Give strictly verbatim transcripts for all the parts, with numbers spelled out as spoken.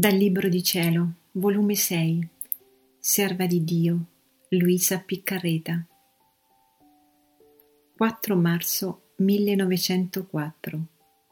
Dal Libro di Cielo, volume sei, Serva di Dio, Luisa Piccarreta. quattro marzo millenovecentoquattro.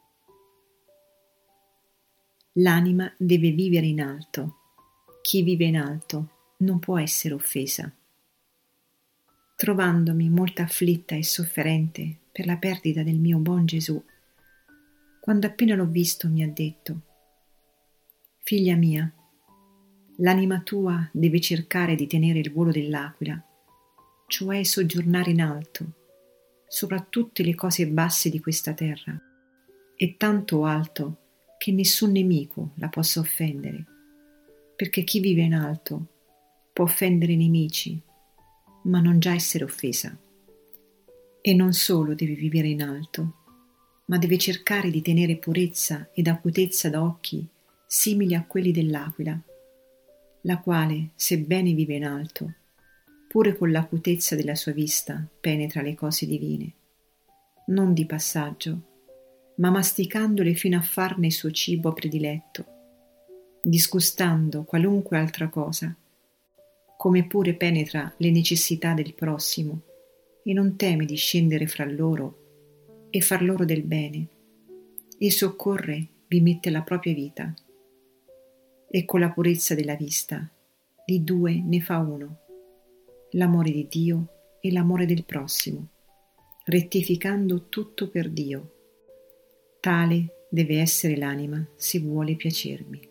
L'anima deve vivere in alto. Chi vive in alto non può essere offesa. Trovandomi molto afflitta e sofferente per la perdita del mio buon Gesù, quando appena l'ho visto mi ha detto: «Figlia mia, l'anima tua deve cercare di tenere il volo dell'aquila, cioè soggiornare in alto, sopra tutte le cose basse di questa terra, e tanto alto che nessun nemico la possa offendere, perché chi vive in alto può offendere i nemici, ma non già essere offesa. E non solo deve vivere in alto, ma deve cercare di tenere purezza ed acutezza d'occhi simili a quelli dell'aquila, la quale, sebbene vive in alto, pure con l'acutezza della sua vista penetra le cose divine, non di passaggio, ma masticandole fino a farne il suo cibo prediletto, disgustando qualunque altra cosa, come pure penetra le necessità del prossimo e non teme di scendere fra loro e far loro del bene, e soccorre vi mette la propria vita, e con la purezza della vista di due ne fa uno, l'amore di Dio e l'amore del prossimo, rettificando tutto per Dio. Tale deve essere l'anima se vuole piacermi».